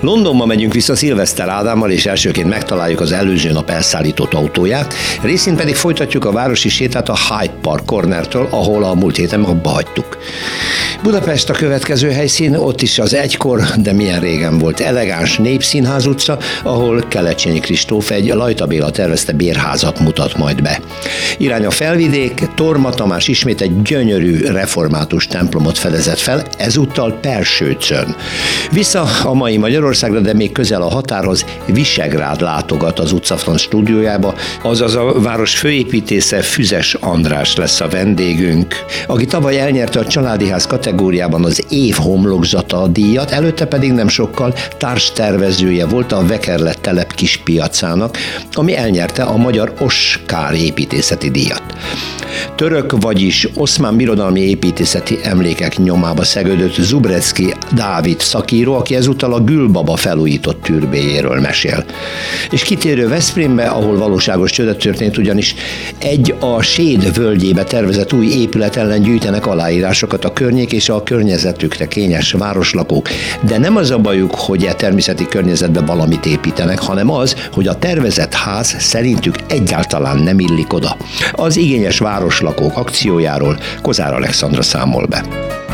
Londonba megyünk vissza Szilveszter Ádámmal, és elsőként megtaláljuk az előző nap elszállított autóját, részint pedig folytatjuk a városi sétát a Hyde Park Cornertől, ahol a múlt héten abba hagytuk. Budapest a következő helyszín, ott is az egykor, de milyen régen volt elegáns Népszínház utca, ahol Kelecsényi Kristóf egy Lajta Béla tervezte bérházat mutat majd be. Irány a Felvidék, Torma Tamás ismét egy gyönyörű református templomot fedezett fel, ezúttal Persőcön. Vissza a mai Magyarországra, de még közel a határhoz, Visegrád látogat az Utcafront stúdiójába, azaz a város főépítésze Füzes András lesz a vendégünk, aki tavaly elnyerte a Családi Ház kategóriában az év homlokzata díjat, előtte pedig nem sokkal társtervezője volt a Vekerlet telep kispiacának, ami elnyerte a Magyar Oscar építészeti díjat. Török, vagyis oszmán birodalmi építészeti emlékek nyomába szegődött Zubrecki Dávid szakíró, aki ezúttal a Gülbaba felújított türbéjéről mesél. És kitérő Veszprémbe, ahol valóságos csőd történt, ugyanis egy a Séd völgyébe tervezett új épület ellen gyűjtenek aláírásokat a környék és a környezetükre kényes városlakók. De nem az a bajuk, hogy a természeti környezetben valamit építenek, hanem az, hogy a tervezett ház szerintük egyáltalán nem illik oda. Az igényes városlakók akciójáról Kozár Alexandra számol be.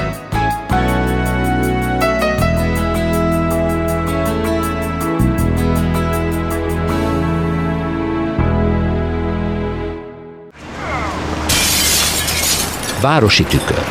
Városi tükör.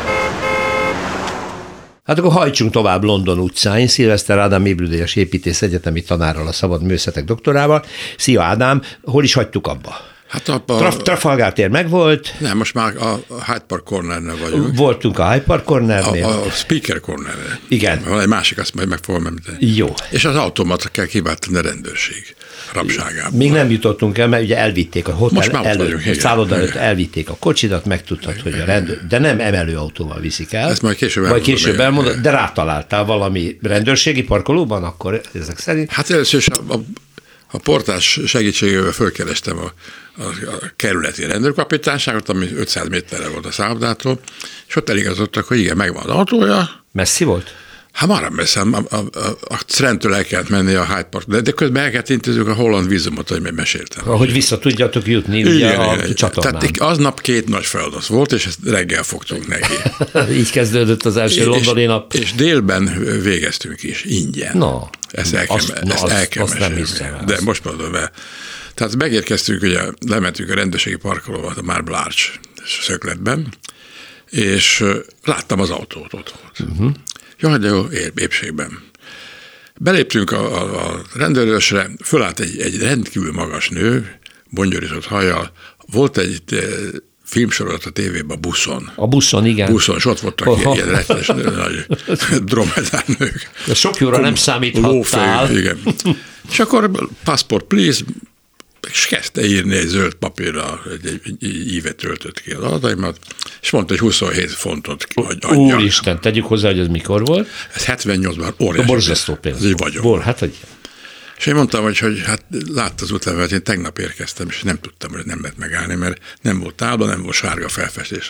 Hát akkor hajtsunk tovább London utcáin, Szilveszter Ádám ébredélyes építész egyetemi tanárral, a szabad művészetek doktorával. Szia Ádám, hol is hagytuk abba? Hát Trafalgar tér megvolt. Nem, most már a Hyde Park Cornernél vagyunk. Voltunk a Hyde Park Cornernél. A Speaker Cornernél. Igen. Van egy másik, azt majd meg fogom említeni. Jó. És az automata kell kiváltani a rendőrség rabságában. Még nem jutottunk el, mert ugye elvitték a hotel előtt, a szálloda előtt elvitték a kocsidat, megtudtad, hogy a rendőr, de nem emelőautóval viszik el. Ezt majd később elmondod, de rátaláltál valami rendőrségi parkolóban akkor ezek szerint? Hát először is a portás segítségével fölkerestem a kerületi rendőrkapitányságot, ami 500 méterre volt a szállodától, és ott eligazodtak, hogy igen, megvan az autója. Messzi volt? Hát már nem veszem, a Trentől el kellett menni a Hyde Park, de közben el kellett intézzük a holland vízumot, hogy meséltem. Ahogy vissza tudjatok jutni ugye a csatornán. Tehát aznap 2 nagy feladat volt, és ezt reggel fogtunk neki. Így kezdődött az első londoni nap. És délben végeztünk is, ingyen. No, ezt el kell mesélni. De most mondom be. Tehát megérkeztünk, ugye lementünk a rendőrségi parkolóba, a Marble Arch szökletben, és láttam az autót, ott volt. Uh-huh. Jaj, de jó, épségben. Beléptünk a rendőrösre, fölállt egy rendkívül magas nő, bongyorított hajjal, volt egy filmsorozat a tévében a buszon. A buszon, igen. Buszon, és ott voltak ilyen rettenes nagy dromedárnők. De sok jóra nem számíthattál. Igen. És akkor passport please, és kezdte írni egy zöld papírra, egy ívet töltött ki az adataimat, és mondta, hogy 27 fontot adja. Úristen, tegyük hozzá, hogy ez mikor volt? Ez 78-ban óriási. Borzasztó pénz. Ez így vagyok. Hát, hogy... És én mondtam, hogy hát látta az útlevelet, én tegnap érkeztem, és nem tudtam, hogy nem lehet megállni, mert nem volt tábla, nem volt sárga felfestés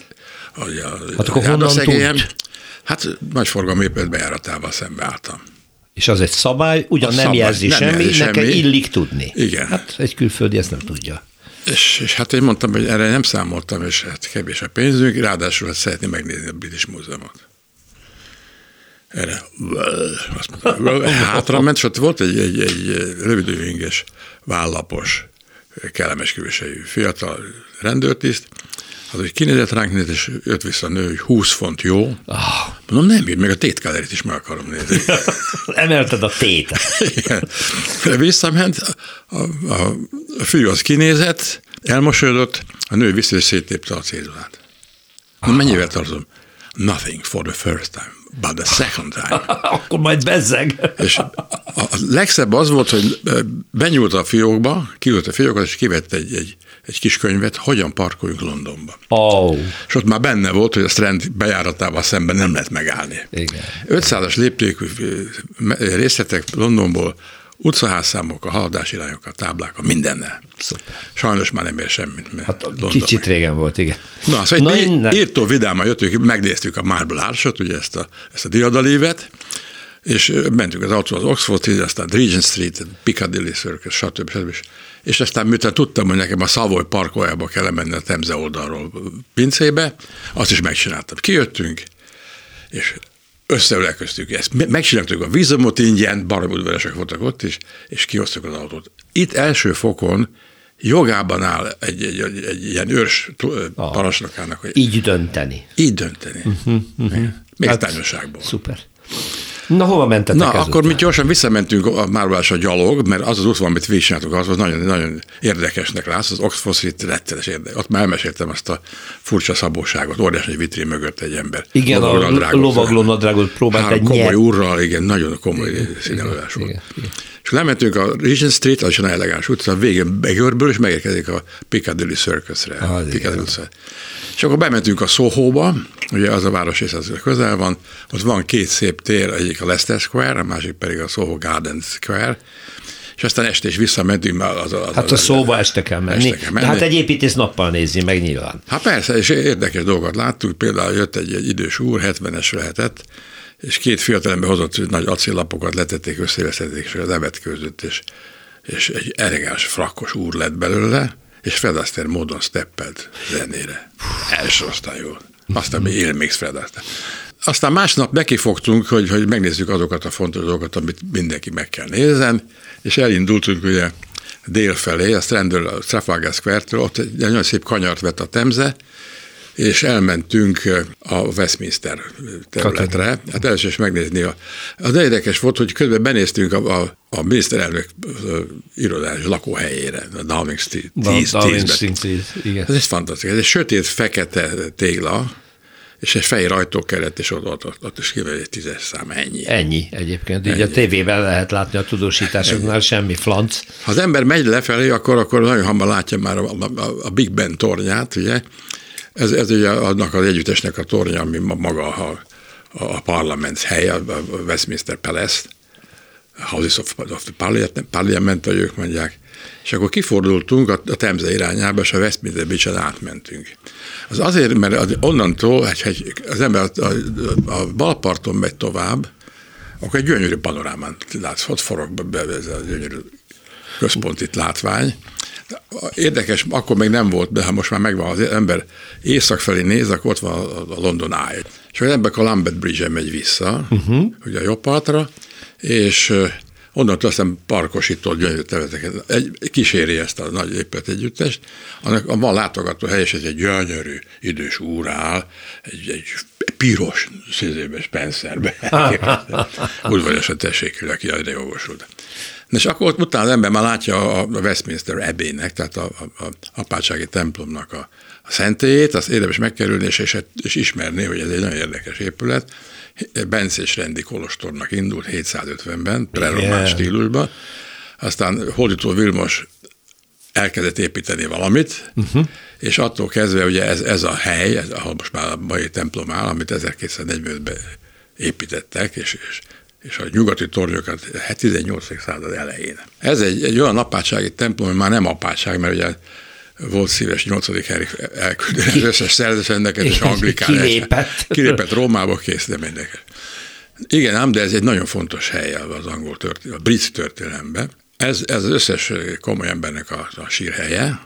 hát akkor honnan tud? Hát nagyforgalmú épület bejáratával szembe álltam. És az egy szabály, ugyan nem jelzi semmi, nekem illik tudni. Igen. Hát egy külföldi ezt nem tudja. És hát én mondtam, hogy erre nem számoltam, és hát kevés a pénzünk, ráadásul hát szeretném megnézni a British Múzeumot. Erre azt mondtam, hátra ment, és ott volt egy rövidőinges, vállapos, kellemes külsejű fiatal rendőrtiszt, az, hogy kinézett ránk, nézett, és jött vissza a nő, hogy 20 font jó. Mondom, nem ír, meg a tétkálerit is meg akarom nézni. Emelted a tétet. Igen. Visszament, a fiú az kinézett, elmosolyodott, a nő vissza és széttépte a cédulát. Mennyivel tartozom? Nothing for the first time, but the second time. Akkor majd bezzeg. És a legszebb az volt, hogy benyúlt a fiókba, kiült a fiókba, és kivett egy kis könyvet, hogyan parkoljunk Londonba. Oh. És ott már benne volt, hogy a Strand bejáratával szemben nem lehet megállni. Igen. 500-as léptékű részletek Londonból, utcaházszámok, a haladási irányok, a táblák, a mindennel. Szuper. Sajnos már nem ér semmit. Hát kicsit régen volt, igen. Na, szóval írtó vidáman jöttünk, megnéztük a Marble Arch-ot, ugye ezt a diadalívet, És mentünk az autó az Oxford Street, aztán Regent Street, Piccadilly Circus, stb. És aztán miután tudtam, hogy nekem a Savoy parkoljába kell menni a Temze oldalról pincébe, azt is megcsináltam. Kijöttünk, és összeülelkeztük ezt. Megcsináltuk a vízumot ingyen, baromi udvariasak voltak ott is, és kihoztuk az autót. Itt első fokon jogában áll egy ilyen őrs parancsnokának. Hogy így dönteni. Így dönteni. Még hát, társaságból. Szuper. Na, hova mentetek ezután? Akkor mi gyorsan visszamentünk a Márvásra gyalog, mert az út, amit végigcsináltuk, az volt nagyon, nagyon érdekesnek látsz, az Oxford Street rettenes érdekes. Ott már elmeséltem azt a furcsa szabóságot, óriási egy vitrén mögött egy ember. Igen, a lovaglónadrágot próbált egy komoly úrral, igen, nagyon komoly színelőás volt. Igen. És lementünk a Regent Street, az is egy elegáns utca, a végén begörből, és megérkezik a Piccadilly Circusre. És akkor bementünk a Soho-ba, ugye az a városrész, az közel van, ott van két szép tér, egyik a Leicester Square, a másik pedig a Soho Garden Square, és aztán este is visszamentünk. Hát a Soho-ba este kell menni. De hát egy építész nappal nézni meg nyilván. Hát persze, és érdekes dolgot láttuk, például jött egy idős úr, 70-es lehetett, és két fiatalember hozott nagy acéllapokat, letették, összevesztették, és az evetkőzött, és egy elegáns frakkos úr lett belőle, és Fred Astaire módon steppelt zenére. Első osztály jól. Aztán mi élmix Fred Astaire. Aztán másnap nekifogtunk, hogy megnézzük azokat a fontos dolgokat, amit mindenki meg kell nézzen, és elindultunk ugye dél felé, a Strandről, a Trafalgar Square-től, ott egy nagyon szép kanyart vett a Temze, és elmentünk a Westminster területre. Hát először is megnézni. Az érdekes volt, hogy közben benéztünk a miniszterelnök irodás lakóhelyére, a Downing Street 10-ben. Ez egy fantasztikus. Ez egy sötét, fekete tégla, és egy fehér ajtókeret, és ott is kivel egy 10-es szám, ennyi. Ennyi egyébként. Így a tévében lehet látni a tudósításoknál, semmi flanc. Ha az ember megy lefelé, akkor nagyon hamar látja már a Big Ben tornyát, ugye? Ez ugye annak az együttesnek a tornya, ami maga a parlament helye, a Westminster Palace, Houses of the Parliament, ahogy ők mondják, és akkor kifordultunk a Temze irányába, és a Westminster Beach-en átmentünk. Az azért, mert onnantól, hogy az ember a balparton megy tovább, akkor egy gyönyörű panorámán látsz, ott forog be ez a gyönyörű központi látvány. Érdekes, akkor még nem volt, de ha most már megvan, az ember észak felé néz, akkor ott van a London Eye. És az ember a Lambeth Bridge-en megy vissza, ugye a jobb partra, és onnantól aztán parkosított gyönyörű területeket kíséri ezt a nagy épület együttest. Annak van látogató hely, és ez egy gyönyörű idős úr áll, egy piros szízébe Spencerbe. Udvariasan tessék, aki egyre jogosult. És akkor utána az ember már látja a Westminster Abbey-nek, tehát a apátsági templomnak a szentélyét, azt érdemes megkerülni, és ismerni, hogy ez egy nagyon érdekes épület. Bencés rendi kolostornak indult 750-ben, preromán stílusban, aztán Hódító Vilmos elkezdett építeni valamit, és attól kezdve ugye ez a hely, ahol most már a mai templom áll, amit 1245-ben építettek, és a nyugati tornyokat 18. század elején. Ez egy olyan apátsági templom, hogy már nem apátság, mert ugye volt szíves 8. Henrik elküldeni az összes szerzetendeket, és anglikán kilépett Rómába, kész, de mindenki. Igen, ám, de ez egy nagyon fontos hely az angol történelem, a brit történelemben. Ez az összes komoly embernek a sírhelye,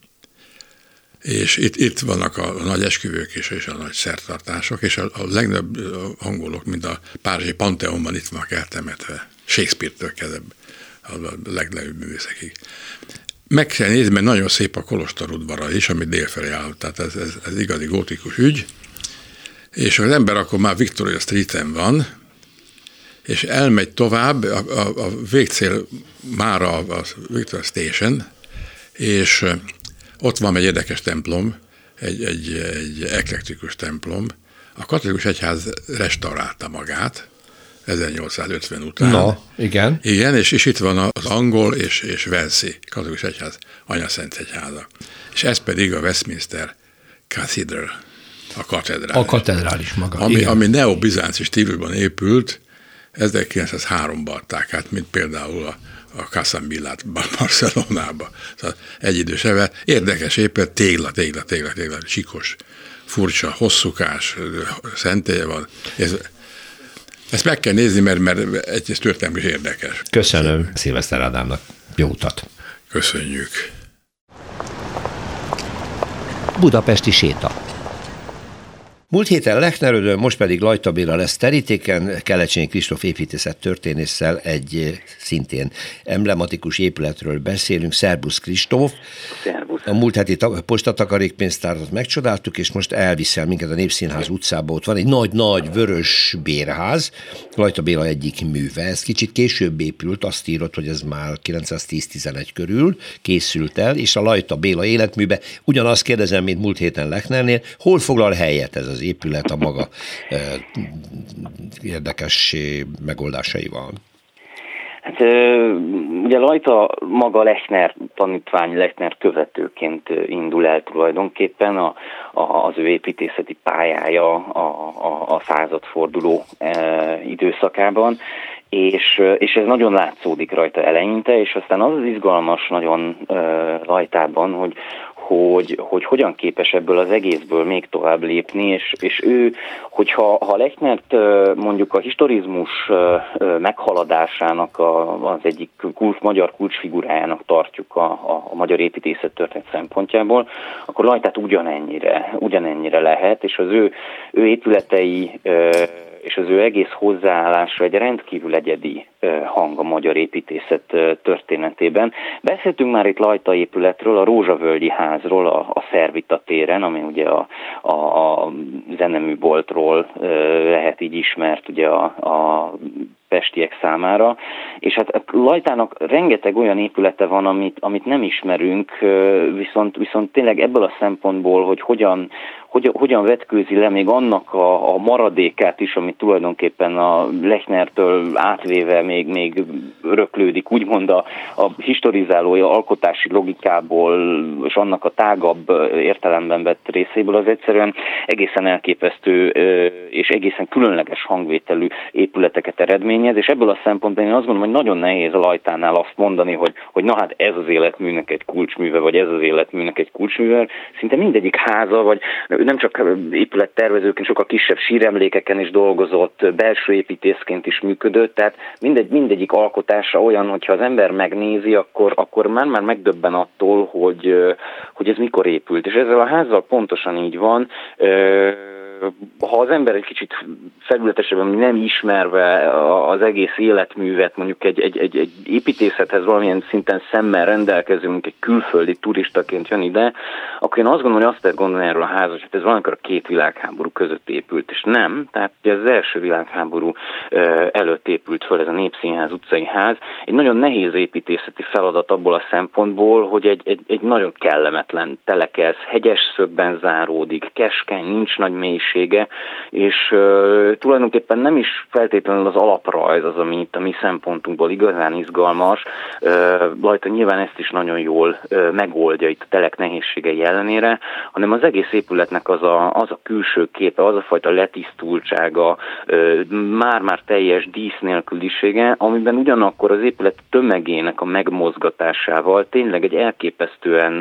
és itt vannak a nagy esküvők és a nagy szertartások, és a legnagyobb angolok, mint a párizsi Pantheonban itt vannak eltemetve, Shakespeare-től kezdve a legnagyobb művészekig. Meg kell nézni, mert nagyon szép a kolostor udvara is, ami délfelé áll, tehát ez igazi gótikus ügy, és az ember akkor már Victoria Streeten van, és elmegy tovább, a végcél már a Victoria Station, és ott van egy érdekes templom, egy eklektikus templom. A katolikus egyház restaurálta magát 1850 után. Na, igen. Igen, és itt van az angol és walesi katolikus egyház anyaszent egyháza. És ez pedig a Westminster Cathedral, a katedrális. A katedrális maga, ami neobizánci stílusban épült, 1903-ban adták át, mint például a Casa Millát Barcelonába. Szóval egyidősebben érdekes épület, tégla, sikos, furcsa, hosszúkás szentélye van. Ezt meg kell nézni, mert ez történelmi érdekes. Köszönöm Szilveszter Ádámnak. Jó utat! Köszönjük! Budapesti séta. Múlt héten Lechnerődön, most pedig Lajta Béla lesz terítéken, Kelecsényi Kristóf építészettörténésszel egy szintén emblematikus épületről beszélünk. Szerbusz Kristóf! Szerbusz. A múlt heti postatakarékpénztárat megcsodáltuk, és most elviszel minket a Népszínház utcába. Ott van egy nagy-nagy vörös bérház, Lajta Béla egyik műve. Ez kicsit később épült, azt írott, hogy ez már 910-11 körül készült el, és a Lajta Béla életműbe. Ugyanazt kérdezem, mint múlt héten Lechnernél, hol foglal helyet ez az épület a maga érdekes megoldásaival? Hát ugye Lajta maga Lechner tanítvány, Lechner követőként indul el tulajdonképpen az ő építészeti pályája a századforduló időszakában, és ez nagyon látszódik rajta eleinte, és aztán az izgalmas nagyon Lajtában, hogy hogyan képes ebből az egészből még tovább lépni, és ő, hogyha Lechnert mondjuk a historizmus meghaladásának az egyik magyar kulcsfigurájának tartjuk a magyar építészettörténet szempontjából, akkor Lajtát ugyanennyire lehet, és az ő épületei és az ő egész hozzáállása egy rendkívül egyedi hang a magyar építészet történetében. Beszéltünk már itt Lajta épületről, a Rózsavölgyi házról, a Szervita téren, ami ugye a zeneműboltról lehet így ismert ugye a pestiek számára, és hát Lajtának rengeteg olyan épülete van, amit nem ismerünk, viszont tényleg ebből a szempontból, hogy hogyan vetkőzi le még annak a maradékát is, amit tulajdonképpen a Lechnertől átvéve még öröklődik, úgymond a historizáló alkotási logikából és annak a tágabb értelemben vett részéből, az egyszerűen egészen elképesztő és egészen különleges hangvételű épületeket eredményez, és ebből a szempontból én azt gondolom, hogy nagyon nehéz a Lajtánál azt mondani, hogy na hát ez az életműnek egy kulcsműve, vagy ez az életműnek egy kulcsműve. Szinte mindegyik háza, vagy nem csak épülettervezőként, sokkal kisebb síremlékeken is dolgozott, belső építészként is működött, tehát mindegyik alkotása olyan, hogyha az ember megnézi, akkor már megdöbben attól, hogy ez mikor épült. És ezzel a házzal pontosan így van. Ha az ember egy kicsit felületesebben nem ismerve az egész életművet, mondjuk egy építészethez valamilyen szinten szemmel rendelkezünk, egy külföldi turistaként jön ide, akkor én azt gondolom, hogy azt lehet gondolni erről a házról, hogy ez valamikor a két világháború között épült, és nem. Tehát ugye az első világháború előtt épült föl ez a Népszínház utcai ház. Egy nagyon nehéz építészeti feladat abból a szempontból, hogy egy nagyon kellemetlen telekez, hegyes szögben záródik, keskeny, nincs nagy mélység, és tulajdonképpen nem is feltétlenül az alaprajz az, ami itt a mi szempontunkból igazán izgalmas. Lajta nyilván ezt is nagyon jól megoldja itt a telek nehézségei ellenére, hanem az egész épületnek az a külső képe, az a fajta letisztultsága, már-már teljes dísz nélkülisége, amiben ugyanakkor az épület tömegének a megmozgatásával tényleg egy elképesztően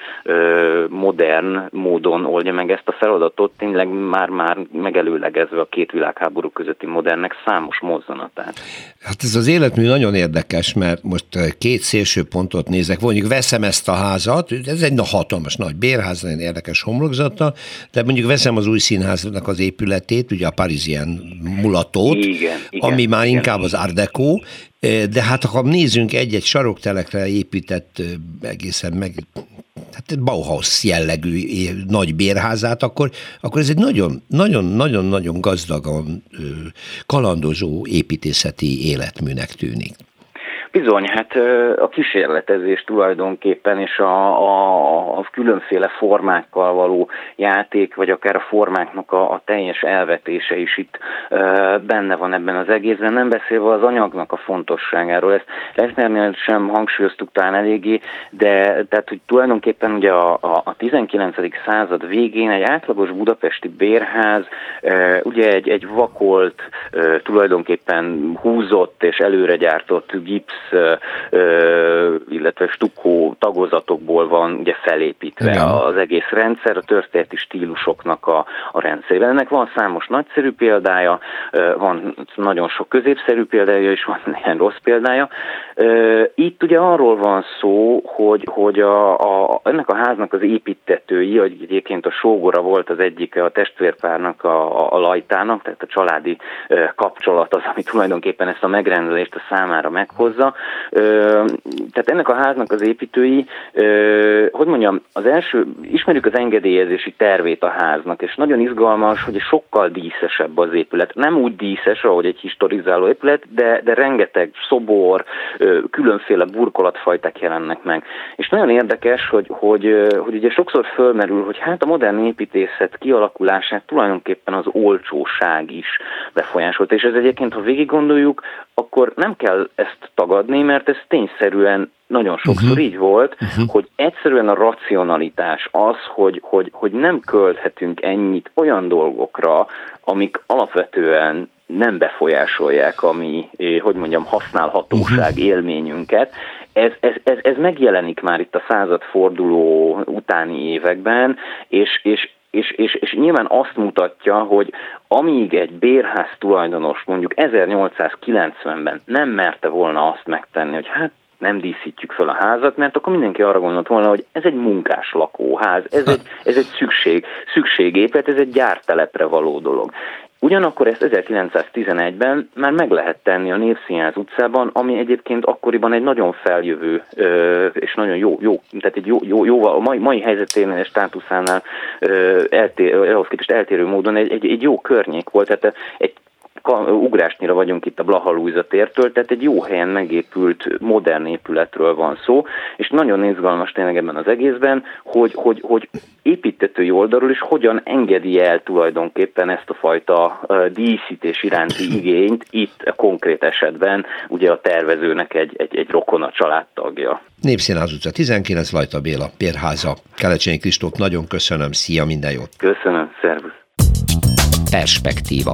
modern módon oldja meg ezt a feladatot, tényleg már megelőlegezve a két világháború közötti modernnek számos mozzanatát. Hát ez az életmű nagyon érdekes, mert most két szélső pontot nézek. Mondjuk veszem ezt a házat, ez egy hatalmas nagy bérház, nagyon érdekes homlokzattal, de mondjuk veszem az új színháznak az épületét, ugye a Parisien mulatót, igen, ami már inkább az Art Deco, de hát ha nézzünk egy-egy saroktelekre épített egészen hát Bauhaus jellegű nagy bérházát, akkor ez egy nagyon-nagyon gazdagon kalandozó építészeti életműnek tűnik. Bizony, hát a kísérletezés tulajdonképpen és a különféle formákkal való játék, vagy akár a formáknak a teljes elvetése is itt benne van ebben az egészben, nem beszélve az anyagnak a fontosságáról. Ezt Lechnernél sem hangsúlyoztuk talán eléggé, de tehát, hogy tulajdonképpen ugye a 19. század végén egy átlagos budapesti bérház ugye egy vakolt, tulajdonképpen húzott és előre gyártott gipsz, illetve stukkó tagozatokból van ugye felépítve az egész rendszer, a történeti stílusoknak a rendszerében. Ennek van számos nagyszerű példája, van nagyon sok középszerű példája, és van ilyen rossz példája. Itt ugye arról van szó, hogy ennek a háznak az építtetői, hogy egyébként a sógora volt az egyik a testvérpárnak, a Lajtának, tehát a családi kapcsolat az, ami tulajdonképpen ezt a megrendelést a számára meghozza. Tehát ennek a háznak az építői, hogy mondjam, az első, ismerjük az engedélyezési tervét a háznak, és nagyon izgalmas, hogy sokkal díszesebb az épület. Nem úgy díszes, ahogy egy historizáló épület, de rengeteg szobor, különféle burkolatfajták jelennek meg. És nagyon érdekes, hogy ugye sokszor fölmerül, hogy hát a modern építészet kialakulását tulajdonképpen az olcsóság is befolyásolta. És ez egyébként, ha végig gondoljuk, akkor nem kell ezt tagadni, mert ez tényszerűen nagyon sokszor így volt, hogy egyszerűen a racionalitás az, hogy nem költhetünk ennyit olyan dolgokra, amik alapvetően nem befolyásolják a mi, hogy mondjam, használhatóság élményünket. Ez megjelenik már itt a századforduló utáni években, és nyilván azt mutatja, hogy amíg egy bérház tulajdonos mondjuk 1890-ben nem merte volna azt megtenni, hogy hát nem díszítjük fel a házat, mert akkor mindenki arra gondolt volna, hogy ez egy munkás lakóház, ez egy szükségépület, ez egy gyártelepre való dolog. Ugyanakkor ezt 1911-ben már meg lehet tenni a Népszínház utcában, ami egyébként akkoriban egy nagyon feljövő és nagyon jó, tehát egy jó a mai helyzetén, státuszánál ahhoz képest eltérő módon egy jó környék volt, tehát egy ugrásnyira vagyunk itt a Blaha Lujza tértől, tehát egy jó helyen megépült modern épületről van szó, és nagyon izgalmas tényleg ebben az egészben, hogy építtetői oldalról is hogyan engedi el tulajdonképpen ezt a fajta díszítés iránti igényt, itt a konkrét esetben ugye a tervezőnek egy rokona, családtagja. Népszínház utca 19, Lajta Béla, bérháza. Kelecsényi Kristóf, nagyon köszönöm, szia, minden jót! Köszönöm, szervusz! Perspektíva.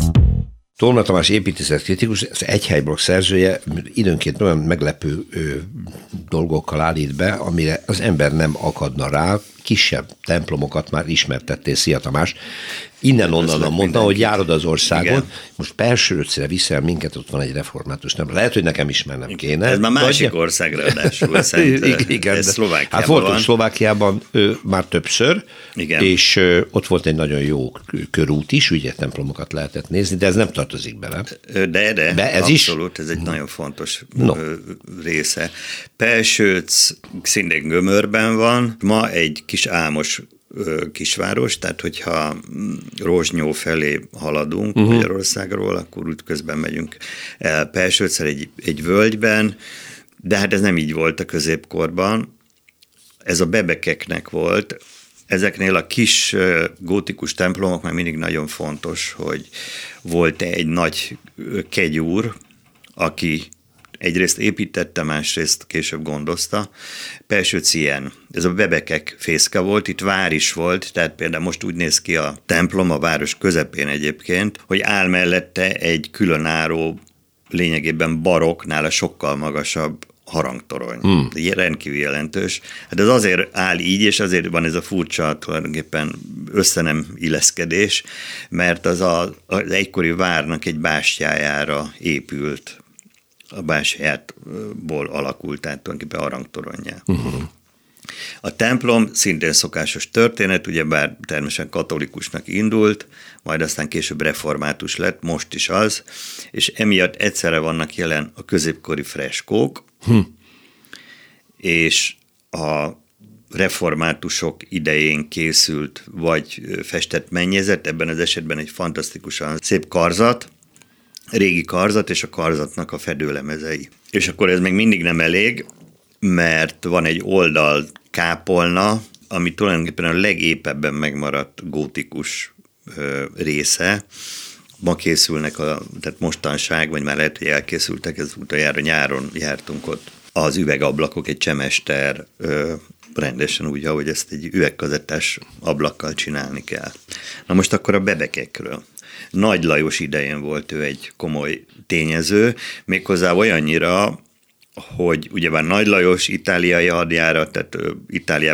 Tolna Tamás építészetkritikus, az Egyhelyblokk szerzője időnként olyan meglepő dolgokkal állít be, amire az ember nem akadna rá. Kisebb templomokat már ismertettél, szia Tamás. Innen-onnan mondta, hogy járod az országon. Igen. Most Persőröcre viszel minket, ott van egy református templom. Lehet, hogy nekem ismernem kéne. Ez már másik ország ráadásul. Igen, ez Szlovákiában hát voltunk Szlovákiában már többször, igen. És ott volt egy nagyon jó körút is, ugye templomokat lehetett nézni, de ez nem tartozik bele. De ez abszolút, is? Ez egy nagyon fontos része. Persőc szintén Gömörben van, ma egy kis álmos kisváros, tehát hogyha Rozsnyó felé haladunk Magyarországról, akkor útközben megyünk el Persőccel egy völgyben, de hát ez nem így volt a középkorban. Ez a bebekeknek volt. Ezeknél a kis gótikus templomok már mindig nagyon fontos, hogy volt egy nagy kegyúr, aki egyrészt építette, másrészt később gondozta. Persőc ilyen. Ez a bebekek fészke volt, itt vár is volt, tehát például most úgy néz ki a templom a város közepén egyébként, hogy áll mellette egy különálló, lényegében barokknál a sokkal magasabb harangtorony. Rendkívül jelentős. Hát ez azért áll így, és azért van ez a furcsa tulajdonképpen nem illeszkedés, mert az egykori várnak egy bástyájára épült. A bástyából alakult, tehát tulajdonképpen harangtoronnyá. A templom szintén szokásos történet, ugyebár természetesen katolikusnak indult, majd aztán később református lett, most is az, és emiatt egyszerre vannak jelen a középkori freskók, és a reformátusok idején készült vagy festett mennyezet, ebben az esetben egy fantasztikusan szép karzat, régi karzat, és a karzatnak a fedőlemezei. És akkor ez még mindig nem elég, mert van egy oldal kápolna, ami tulajdonképpen a legépebben megmaradt gótikus része. Ma készülnek, tehát mostanság, vagy már lehet, hogy elkészültek, ez utoljára nyáron jártunk ott. Az üvegablakok, egy csemester rendesen úgy, ahogy ezt egy üvegkazettás ablakkal csinálni kell. Na most akkor a bebekekről. Nagy Lajos idején volt ő egy komoly tényező, méghozzá olyannyira, hogy ugyebár Nagy Lajos itáliai hadjárat, tehát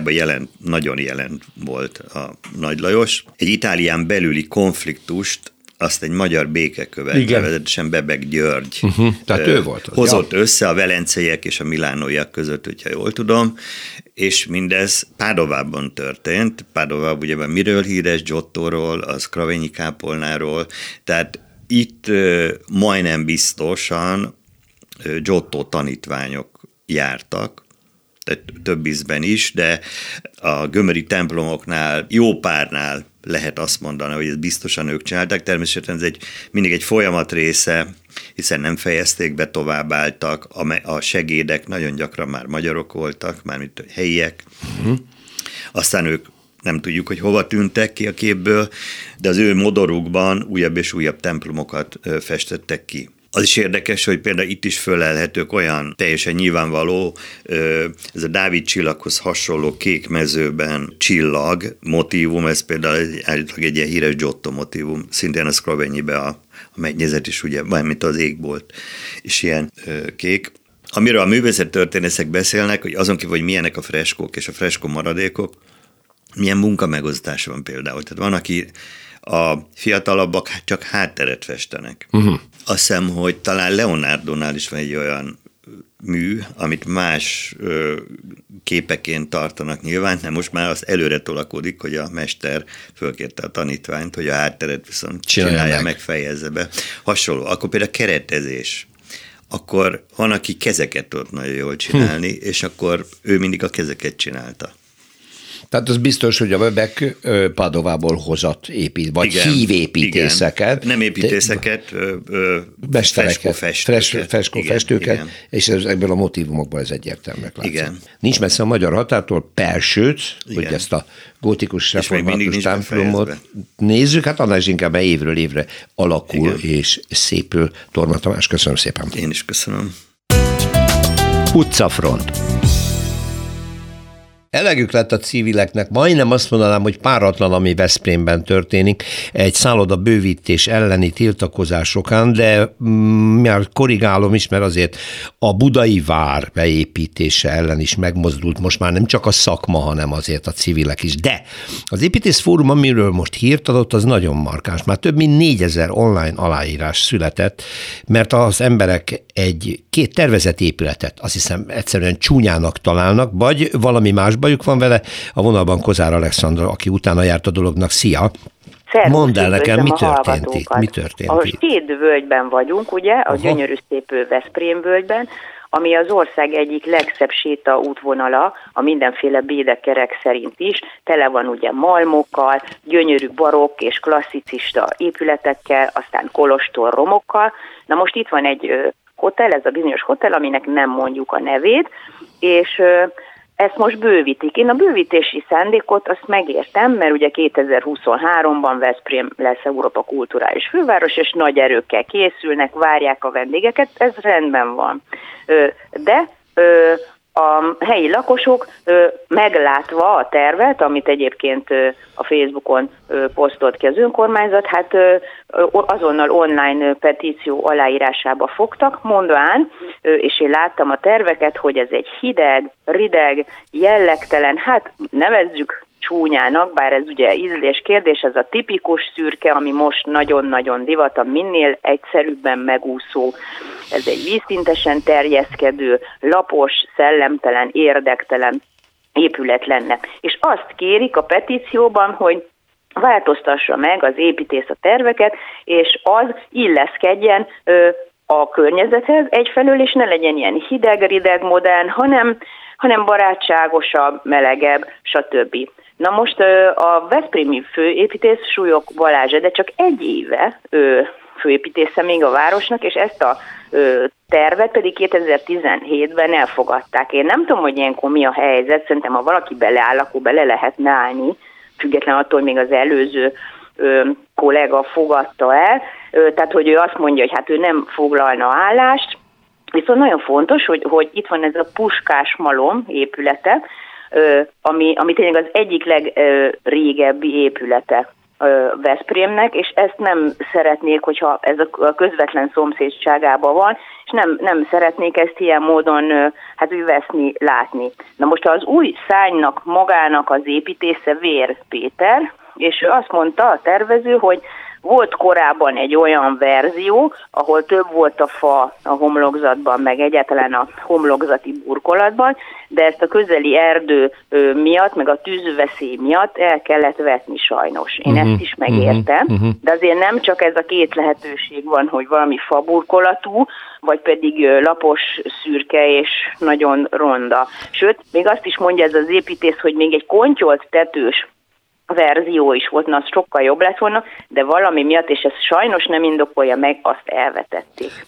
Itáliában nagyon jelen volt a Nagy Lajos. Egy Itálián belüli konfliktust azt egy magyar békekövet, nevezetesen Bebek György Tehát ő volt az, hozott össze a velenceiek és a milánóiak között, hogyha jól tudom, és mindez Pádovában történt. Pádovában ugye miről híres? Giottóról, a Scrovegni kápolnáról, tehát itt majdnem biztosan Giotto tanítványok jártak, több ízben is, de a gömöri templomoknál, jó párnál lehet azt mondani, hogy ezt biztosan ők csinálták. Természetesen ez mindig egy folyamat része, hiszen nem fejezték be, továbbálltak. A segédek nagyon gyakran már magyarok voltak, mármint helyiek. Aztán ők nem tudjuk, hogy hova tűntek ki a képből, de az ő modorukban újabb és újabb templomokat festettek ki. Az is érdekes, hogy például itt is fölelhetők olyan teljesen nyilvánvaló, ez a Dávid csillaghoz hasonló kék mezőben csillag motívum, ez például állítólag egy ilyen híres Giotto motívum, szintén a Scrovegnibe a mennyezet is, ugye, mint az égbolt, és ilyen kék. Amiről a művészettörténészek beszélnek, hogy azon kívül, hogy milyenek a freskók és a freskó maradékok, milyen munkamegosztás van például. Tehát van, aki a fiatalabbak csak hátteret festenek. Azt hiszem, hogy talán Leonardónál is van egy olyan mű, amit más képeként tartanak nyilván, de most már az előre tolakodik, hogy a mester fölkérte a tanítványt, hogy a hátteret viszont csinálja meg, fejezze be. Hasonló. Akkor például keretezés. Akkor van, aki kezeket tudott nagyon jól csinálni, és akkor ő mindig a kezeket csinálta. Tehát az biztos, hogy a Bebek Padovából hozott vagy hívépítészeket. Nem építészeket, freskófestőket, és ebből a motívumokból ez egyértelműen látszik. Nincs messze a magyar határtól Persőc, hogy ezt a gótikus református templomot nézzük, hát annál is inkább évről évre alakul és szépül. Torma Tamás, köszönöm szépen. Én is köszönöm. Utcafront. Elegük lett a civileknek, majdnem azt mondanám, hogy páratlan, ami Veszprémben történik, egy szálloda bővítés elleni tiltakozásokán, de már korrigálom is, mert azért a budai vár beépítése ellen is megmozdult most már nem csak a szakma, hanem azért a civilek is. De az építészfórum, amiről most hírt adott, az nagyon markáns. Már több mint 4000 online aláírás született, mert az emberek két tervezett épületet, azt hiszem egyszerűen csúnyának találnak, vagy valami más bajuk van vele. A vonalban Kozár Alexandra, aki utána járt a dolognak. Szia! Mondd el nekem, mi történt itt? Mi történt itt? A Stéd-völgyben vagyunk, ugye, a gyönyörű szép Veszprém völgyben, ami az ország egyik legszebb sétaútvonala, a mindenféle bédekerek szerint is. Tele van ugye malmokkal, gyönyörű barokk és klasszicista épületekkel, aztán kolostor romokkal. Na most itt van egy hotel, ez a bizonyos hotel, aminek nem mondjuk a nevét, és ezt most bővítik. Én a bővítési szándékot azt megértem, mert ugye 2023-ban Veszprém lesz Európa kulturális főváros, és nagy erőkkel készülnek, várják a vendégeket, ez rendben van. De a helyi lakosok meglátva a tervet, amit egyébként a Facebookon posztolt ki az önkormányzat, hát azonnal online petíció aláírásába fogtak, mondván, és én láttam a terveket, hogy ez egy hideg, rideg, jellegtelen, hát nevezzük csúnyának, bár ez ugye ízlés kérdés, ez a tipikus szürke, ami most nagyon-nagyon divat, a minél egyszerűbben megúszó, ez egy vízszintesen terjeszkedő, lapos, szellemtelen, érdektelen épület lenne. És azt kérik a petícióban, hogy változtassa meg az építész a terveket, és az illeszkedjen a környezethez egyfelől, és ne legyen ilyen hideg-rideg modern, hanem barátságosabb, melegebb, stb. Na most a veszprémi főépítész Súlyog Balázs, de csak egy éve főépítésze még a városnak, és ezt a tervet pedig 2017-ben elfogadták. Én nem tudom, hogy ilyenkor mi a helyzet, szerintem ha valaki beleáll, akkor bele lehetne állni, független attól, hogy még az előző kollega fogadta el, tehát hogy ő azt mondja, hogy hát ő nem foglalna állást, viszont nagyon fontos, hogy itt van ez a Puskás malom épülete, ami tényleg az egyik legrégebbi épülete Veszprémnek, és ezt nem szeretnék, hogyha ez a közvetlen szomszédságában van, és nem szeretnék ezt ilyen módon hát üveszni, látni. Na most az új szárnynak magának az építésze Vér Péter, és ő azt mondta a tervező, hogy Volt korábban egy olyan verzió, ahol több volt a fa a homlokzatban, meg egyáltalán a homlokzati burkolatban, de ezt a közeli erdő miatt, meg a tűzveszély miatt el kellett vetni sajnos. Én ezt is megértem, de azért nem csak ez a két lehetőség van, hogy valami faburkolatú, vagy pedig lapos, szürke és nagyon ronda. Sőt, még azt is mondja ez az építész, hogy még egy kontyolt tetős verzió is volt, na az sokkal jobb lett volna, de valami miatt, és ez sajnos nem indokolja meg, azt elvetették.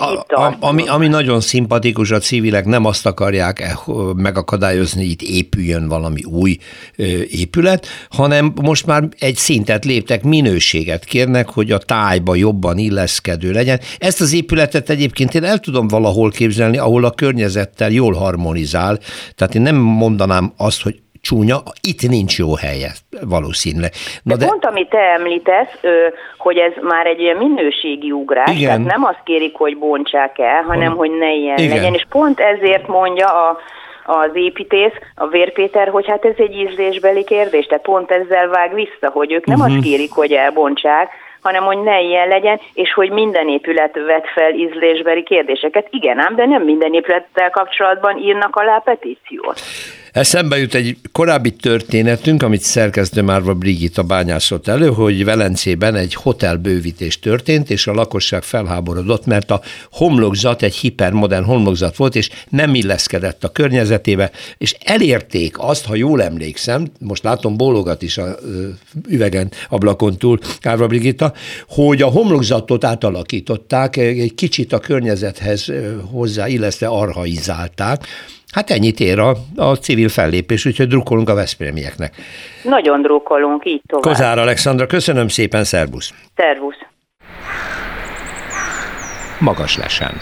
Ami nagyon szimpatikus, a civilek nem azt akarják megakadályozni, itt épüljön valami új épület, hanem most már egy szintet léptek, minőséget kérnek, hogy a tájba jobban illeszkedő legyen. Ezt az épületet egyébként én el tudom valahol képzelni, ahol a környezettel jól harmonizál, tehát én nem mondanám azt, hogy csúnya, itt nincs jó helye valószínűleg. De pont amit te említesz, hogy ez már egy ilyen minőségi ugrás, igen. Tehát nem azt kérik, hogy bontsák el, hanem hogy ne ilyen legyen, és pont ezért mondja az építész, a Vér Péter, hogy hát ez egy ízlésbeli kérdés, tehát pont ezzel vág vissza, hogy ők nem azt kérik, hogy elbontsák, hanem hogy ne ilyen legyen, és hogy minden épület vet fel ízlésbeli kérdéseket. Igen ám, de nem minden épülettel kapcsolatban írnak alá petíciót. Eszembe jut egy korábbi történetünk, amit szerkesztő Márva Brigitta bányászott elő, hogy Velencében egy hotelbővítés történt, és a lakosság felháborodott, mert a homlokzat egy hipermodern homlokzat volt, és nem illeszkedett a környezetébe, és elérték azt, ha jól emlékszem, most látom bólogat is a üvegen, ablakon túl Márva Brigitta, hogy a homlokzatot átalakították, egy kicsit a környezethez hozzáillesztve archaizálták. Hát ennyit ér a civil fellépés, úgyhogy drukkolunk a veszprémieknek. Nagyon drukkolunk, így tovább. Kozár Alexandra, köszönöm szépen, szervusz. Szervusz. Magaslesen.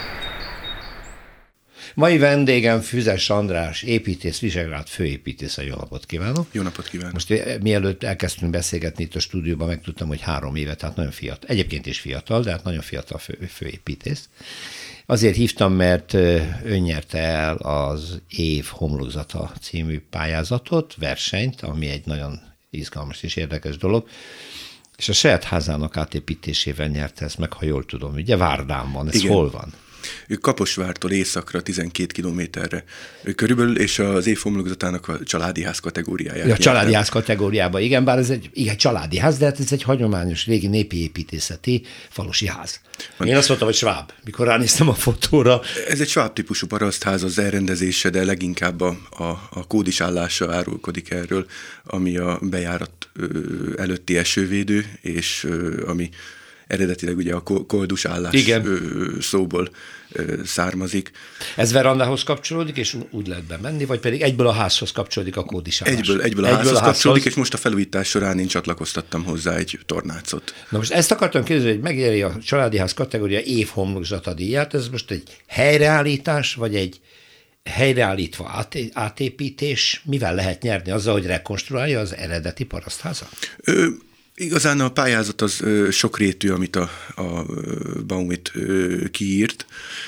Mai vendégem Füzes András, építész, Visegrád főépítész. Jó napot kívánok. Jó napot kívánok. Most mielőtt elkezdtünk beszélgetni itt a stúdióban, megtudtam, hogy 3 éve, tehát nagyon fiatal. Egyébként is fiatal, de hát nagyon fiatal főépítész. Azért hívtam, mert ön nyerte el az év homlokzata című pályázatot, versenyt, ami egy nagyon izgalmas és érdekes dolog, és a saját házának átépítésével nyerte ezt meg, ha jól tudom. Ugye Várdán van, ez igen. Hol van? Kaposvártól északra 12 kilométerre körülbelül, és az év homlokzatának a családi ház kategóriáját. Ja, a családi ház kategóriában, igen, bár ez egy családi ház, de hát ez egy hagyományos, régi népi építészeti falusi ház. Én azt mondtam, hogy sváb, mikor ránéztem a fotóra. Ez egy sváb típusú parasztház, az elrendezése, de leginkább a kódis állása árulkodik erről, ami a bejárat előtti esővédő, és ami eredetileg ugye a koldus állás szóból származik. Ez verandához kapcsolódik, és úgy lehet bemenni, vagy pedig egyből a házhoz kapcsolódik a kódis állás? Egyből a házhoz kapcsolódik, és most a felújítás során én csatlakoztattam hozzá egy tornácot. Na most ezt akartam kérdezni, hogy megéri a családi ház kategória év homlokzata díját, ez most egy helyreállítás, vagy egy helyreállítva átépítés, mivel lehet nyerni? Azzal, hogy rekonstruálja az eredeti parasztházat? Igazán a pályázat az sokrétű, amit a Baumit kiírt.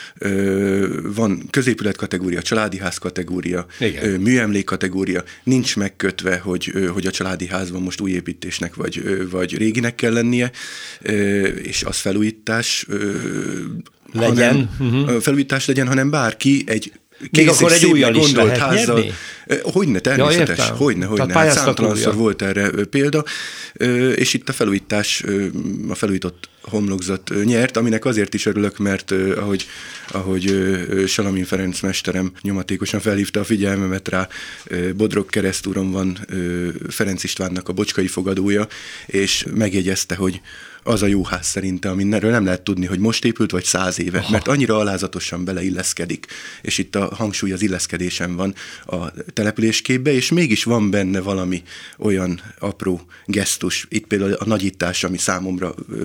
Van középület kategória, családi ház kategória, műemlék kategória, nincs megkötve, hogy a családi házban most új építésnek vagy réginek kell lennie, és az felújítás legyen, hanem bárki egy még akkor egy újjal is lehet házzal, nyerni? Hogyne, természetes, ja, hogyne. Hát számtalanszor volt erre példa, és itt a felújított homlokzat nyert, aminek azért is örülök, mert ahogy Salamin Ferenc mesterem nyomatékosan felhívta a figyelmemet rá, Bodrog keresztúron van Ferenc Istvánnak a bocskai fogadója, és megjegyezte, hogy az a jó ház szerinte, aminről nem lehet tudni, hogy most épült, vagy 100 éve, aha, mert annyira alázatosan beleilleszkedik, és itt a hangsúly az illeszkedésen van a településképbe, és mégis van benne valami olyan apró gesztus, itt például a nagyítás, ami számomra... Nagyít?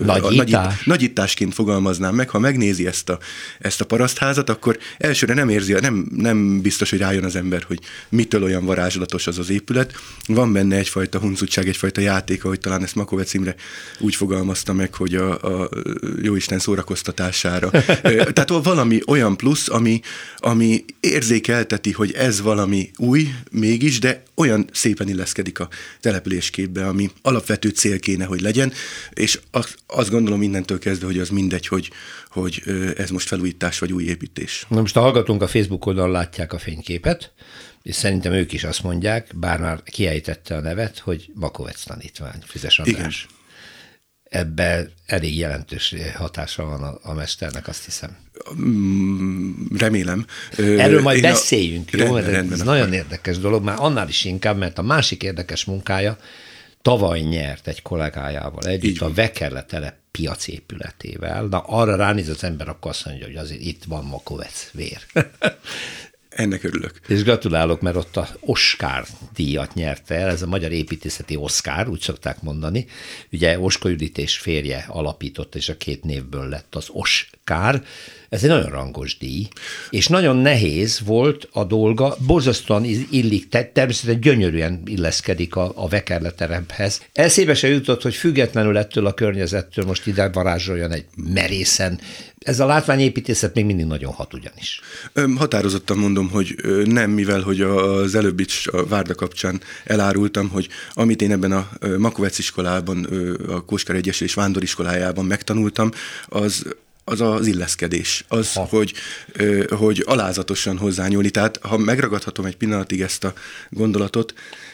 nagyításként fogalmaznám meg, ha megnézi ezt a parasztházat, akkor elsőre nem érzi, nem biztos, hogy rájön az ember, hogy mitől olyan varázslatos az az épület. Van benne egyfajta huncutság, egyfajta játék, ahogy talán ezt Makovecz Imre úgy fogalmazta meg, hogy a jóisten szórakoztatására. Tehát valami olyan plusz, ami érzékelteti, hogy ez valami új mégis, de olyan szépen illeszkedik a településképbe, ami alapvető cél kéne, hogy legyen, és azt gondolom innentől kezdve, hogy az mindegy, hogy ez most felújítás vagy új építés. Na most a hallgatónk a Facebook oldalon látják a fényképet, és szerintem ők is azt mondják, bár már kiejtette a nevet, hogy Makovecz tanítvány, Füzes András. Igen. Ebben elég jelentős hatása van a mesternek, azt hiszem. Remélem. Erről majd beszéljünk, jó? Ez nagyon érdekes dolog, már annál is inkább, mert a másik érdekes munkája tavaly nyert egy kollégájával együtt a Vekerle telep piacépületével. Na, arra ránéz az ember, akkor azt mondja, hogy azért itt van Makovecz vér. Ennek örülök. És gratulálok, mert ott a Oscar díjat nyerte el, ez a Magyar Építészeti Oscar, úgy szokták mondani. Ugye Oskó Judit és férje alapította, és a 2 névből lett az Oscar. Ez egy nagyon rangos díj, és nagyon nehéz volt a dolga, borzasztóan illik, természetesen gyönyörűen illeszkedik a Vekerle terephez. Eszébe se jutott, hogy függetlenül ettől a környezettől most ide varázsoljon egy merészen. Ez a látványépítészet még mindig nagyon hat ugyanis. Határozottan mondom, hogy nem, mivel hogy az előbb is a Várda kapcsán elárultam, hogy amit én ebben a Makovecz iskolában, a Kóskár Egyesülés vándoriskolájában megtanultam, az illeszkedés, hogy alázatosan hozzányúlni. Tehát, ha megragadhatom egy pillanatig ezt a gondolatot,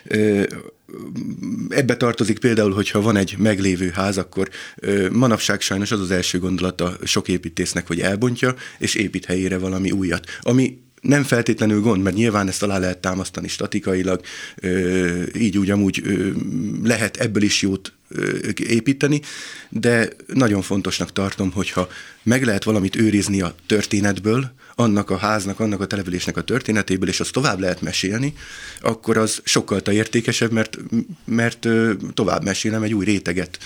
ebbe tartozik például, hogyha van egy meglévő ház, akkor manapság sajnos az első gondolata sok építésznek, hogy elbontja, és épít helyére valami újat. Ami nem feltétlenül gond, mert nyilván ezt alá lehet támasztani statikailag, így úgy amúgy lehet ebből is jót építeni, de nagyon fontosnak tartom, hogyha meg lehet valamit őrizni a történetből, annak a háznak, annak a településnek a történetéből, és azt tovább lehet mesélni, akkor az sokkal értékesebb, mert tovább mesélem, egy új réteget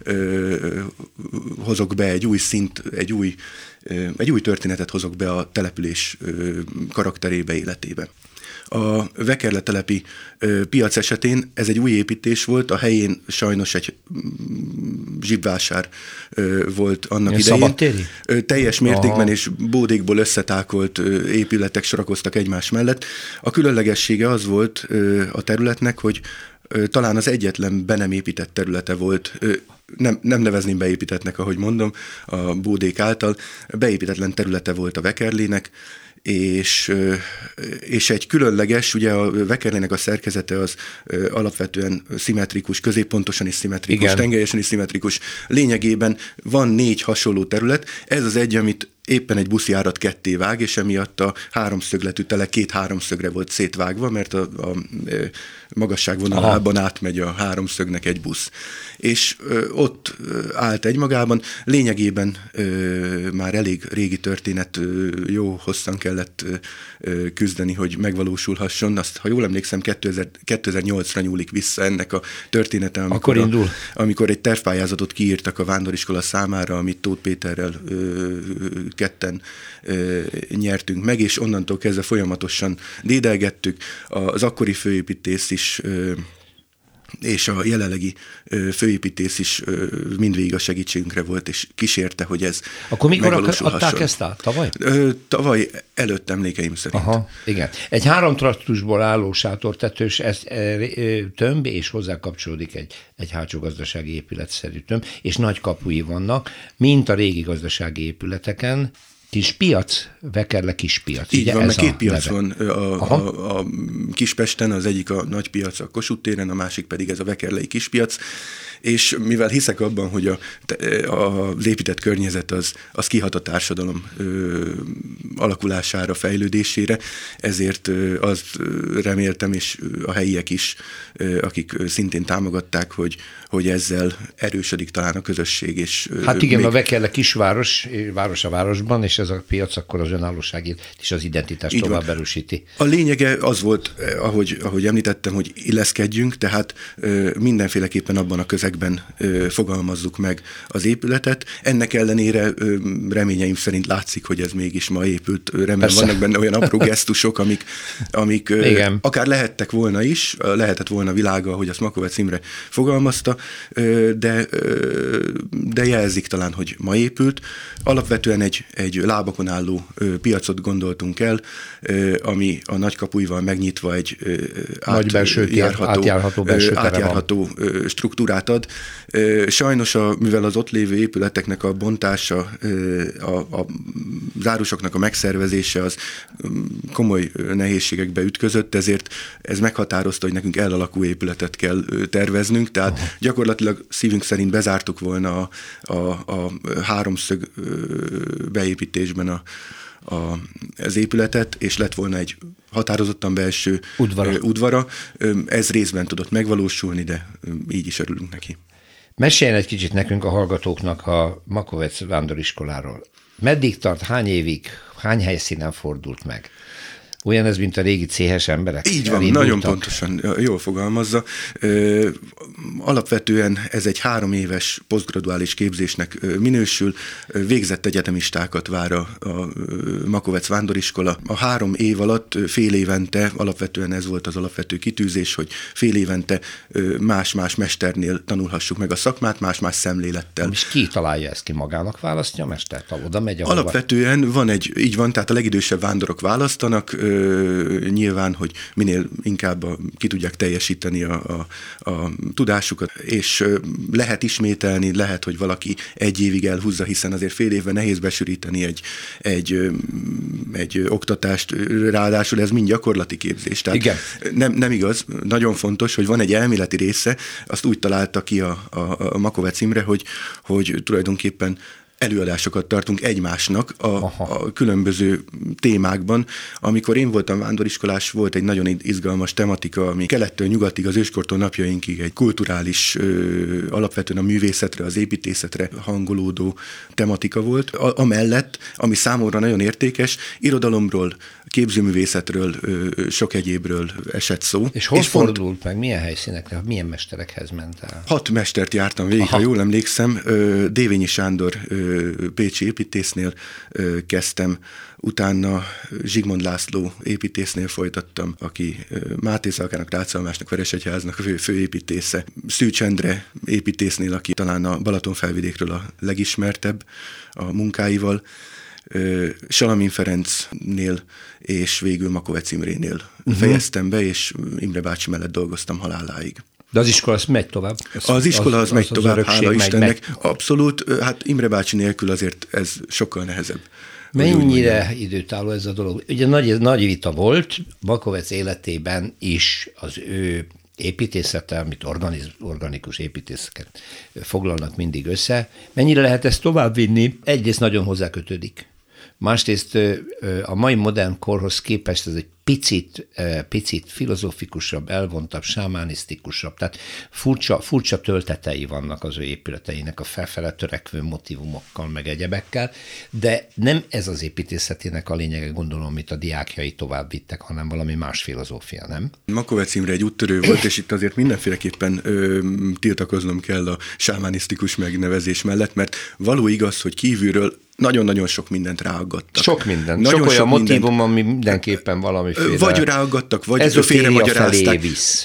hozok be, egy új szint, egy új történetet hozok be a település karakterébe, életébe. A Vekerle telepi piac esetén ez egy új építés volt, a helyén sajnos egy zsibvásár volt annak idején. Szabadtéri? Teljes mértékben és bódékból összetákolt épületek sorakoztak egymás mellett. A különlegessége az volt a területnek, hogy talán az egyetlen be nem épített területe volt, nem nevezném beépítettnek, ahogy mondom, a bódék által, beépítetlen területe volt a Vekerlének, és egy különleges, ugye a Vekerlének a szerkezete az alapvetően szimmetrikus, középpontosan is szimmetrikus, igen, tengelyesen is szimmetrikus. Lényegében van 4 hasonló terület, ez az egy, amit éppen egy buszjárat ketté vág, és emiatt a háromszögletű tele 2 háromszögre volt szétvágva, mert a magasságvonalában átmegy a háromszögnek egy busz. És ott állt egymagában, lényegében már elég régi történet, jó hosszan kellett küzdeni, hogy megvalósulhasson. Azt, ha jól emlékszem, 2008-ra nyúlik vissza ennek a története, amikor egy tervpályázatot kiírtak a vándoriskola számára, amit Tóth Péterrel ketten nyertünk meg, és onnantól kezdve folyamatosan dédelgettük. Az akkori főépítész is és a jelenlegi főépítész is mindvégig a segítségünkre volt, és kísérte, hogy ez akkor mikor adták ezt át? Tavaly? Tavaly előtt, emlékeim szerint. Aha, igen. Egy 3 traktusból álló sátortetős tömb, és hozzá kapcsolódik egy hátsó gazdasági épületszerű tömb, és nagy kapui vannak, mint a régi gazdasági épületeken. Kispiac, Vekerle Kispiac. Így van, mert 2 piac van a Kispesten, az egyik a nagy piac a Kossuth téren, a másik pedig ez a Vekerlei Kispiac, és mivel hiszek abban, hogy az épített környezet az kihat a társadalom alakulására, fejlődésére, ezért azt reméltem, és a helyiek is, akik szintén támogatták, hogy ezzel erősödik talán a közösség. És hát igen, a Vekerle kisváros, város a városban, és ez a piac, akkor az önállóságét és az identitást tovább erősíti. A lényege az volt, ahogy említettem, hogy illeszkedjünk, tehát mindenféleképpen abban a közegben fogalmazzuk meg az épületet. Ennek ellenére reményeim szerint látszik, hogy ez mégis ma épült. Remélem vannak benne olyan apró gesztusok, amik akár lehettek volna is, lehetett volna világa, ahogy azt Makovecz Imre fogalmazta, de jelzik talán, hogy ma épült. Alapvetően egy lábakon álló piacot gondoltunk el, ami a Nagykapuival megnyitva egy átjárható struktúrát ad. Sajnos, mivel az ott lévő épületeknek a bontása, a zárusoknak a megszervezése az komoly nehézségekbe ütközött, ezért ez meghatározta, hogy nekünk elalakú épületet kell terveznünk, tehát gyakorlatilag szívünk szerint bezártuk volna a háromszög beépítésben az épületet, és lett volna egy határozottan belső udvara. Ez részben tudott megvalósulni, de így is örülünk neki. Meséljen egy kicsit nekünk a hallgatóknak a Makovecz vándoriskoláról. Meddig tart, hány évig, hány helyszínen fordult meg? Olyan ez, mint a régi céhes emberek? Így van, nagyon pontosan, jól fogalmazza. Alapvetően ez egy 3 éves posztgraduális képzésnek minősül, végzett egyetemistákat vár a Makovecz vándoriskola. A 3 év alatt fél évente, alapvetően ez volt az alapvető kitűzés, hogy fél évente más-más mesternél tanulhassuk meg a szakmát, más-más szemlélettel. És ki találja ezt ki, magának választja a mestert? Oda megy, ahova? Alapvetően így van, tehát a legidősebb vándorok választanak, nyilván, hogy minél inkább ki tudják teljesíteni a tudásukat, és lehet ismételni, lehet, hogy valaki 1 évig elhúzza, hiszen azért fél évben nehéz besűríteni egy oktatást, ráadásul ez mind gyakorlati képzés. Tehát igen. Nem igaz, nagyon fontos, hogy van egy elméleti része, azt úgy találta ki a Makovecz Imre, hogy tulajdonképpen előadásokat tartunk egymásnak a különböző témákban. Amikor én voltam vándoriskolás, volt egy nagyon izgalmas tematika, ami kelettől nyugatig, az őskortól napjainkig egy kulturális, alapvetően a művészetre, az építészetre hangolódó tematika volt. Amellett, ami számomra nagyon értékes, irodalomról, képzőművészetről, sok egyébről esett szó. És hol fordult meg? Milyen helyszínekre? Milyen mesterekhez ment el? 6 mestert jártam végig, ha jól emlékszem. Dévényi Sándor pécsi építésznél kezdtem, utána Zsigmond László építésznél folytattam, aki Máté Szalkának, Rácz-Almásnak, Veresegyháznak a főépítésze. Szűcs Endre építésznél, aki talán a Balatonfelvidékről a legismertebb a munkáival, Salamin Ferencnél és végül Makovecz Imrénél fejeztem be, és Imre bácsi mellett dolgoztam haláláig. De az iskola az megy tovább? Az iskola az megy tovább, hála Istennek. Abszolút, hát Imre bácsi nélkül azért ez sokkal nehezebb. Mennyire időtálló ez a dolog? Ugye nagy vita volt, Makovecz életében is az ő építészete, amit organikus építészeket foglalnak mindig össze. Mennyire lehet ezt továbbvinni? Egyrészt nagyon hozzákötődik. Másrészt a mai modern korhoz képest ez egy picit filozofikusabb, elvontabb, sámánisztikusabb, tehát furcsa töltetei vannak az ő épületeinek a felfele törekvő motivumokkal, meg egyebekkel, de nem ez az építészetének a lényege, gondolom, amit a diákjai tovább vittek, hanem valami más filozófia, nem? Makovecz Imre egy úttörő volt, és itt azért mindenféleképpen tiltakoznom kell a sámánisztikus megnevezés mellett, mert való igaz, hogy kívülről nagyon-nagyon sok mindent ráaggattak. Sok minden. Sok olyan motívum, ami mindenképpen valamiféle... Vagy ráaggattak, vagy félremagyarázták.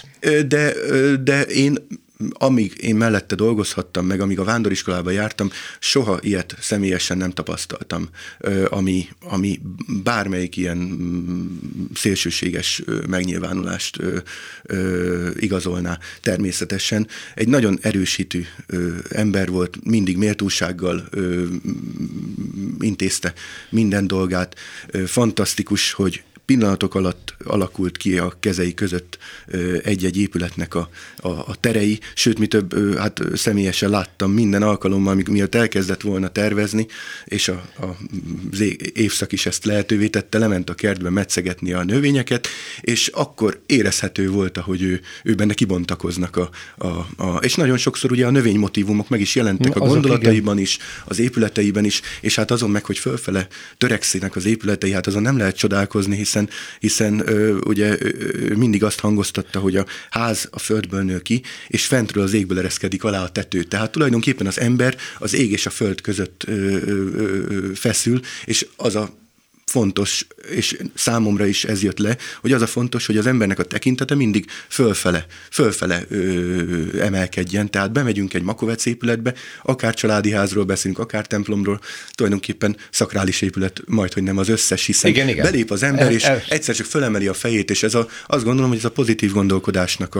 De én, amíg én mellette dolgozhattam, meg amíg a vándoriskolában jártam, soha ilyet személyesen nem tapasztaltam, ami bármelyik ilyen szélsőséges megnyilvánulást igazolná. Természetesen egy nagyon erősítő ember volt, mindig méltósággal intézte minden dolgát. Fantasztikus, hogy pillanatok alatt alakult ki a kezei között egy-egy épületnek a terei, sőt, mi több, hát személyesen láttam minden alkalommal, miatt elkezdett volna tervezni, és az évszak is ezt lehetővé tette, lement a kertbe metszegetni a növényeket, és akkor érezhető volt, hogy ő benne kibontakoznak és nagyon sokszor ugye a növénymotívumok meg is jelentek a gondolataiban is, az épületeiben is, és hát azon meg, hogy fölfele törekszenek az épületei, hát azon nem lehet csodálkozni, hiszen ugye mindig azt hangoztatta, hogy a ház a földből nő ki, és fentről az égből ereszkedik alá a tető. Tehát tulajdonképpen az ember az ég és a föld között feszül, és az a fontos, és számomra is ez jött le, hogy az a fontos, hogy az embernek a tekintete mindig fölfele emelkedjen, tehát bemegyünk egy Makovec épületbe, akár családi házról beszélünk, akár templomról, tulajdonképpen szakrális épület majdhogy nem az összes, hiszen igen. Belép az ember, és egyszer csak fölemeli a fejét, és azt gondolom, hogy ez a pozitív gondolkodásnak,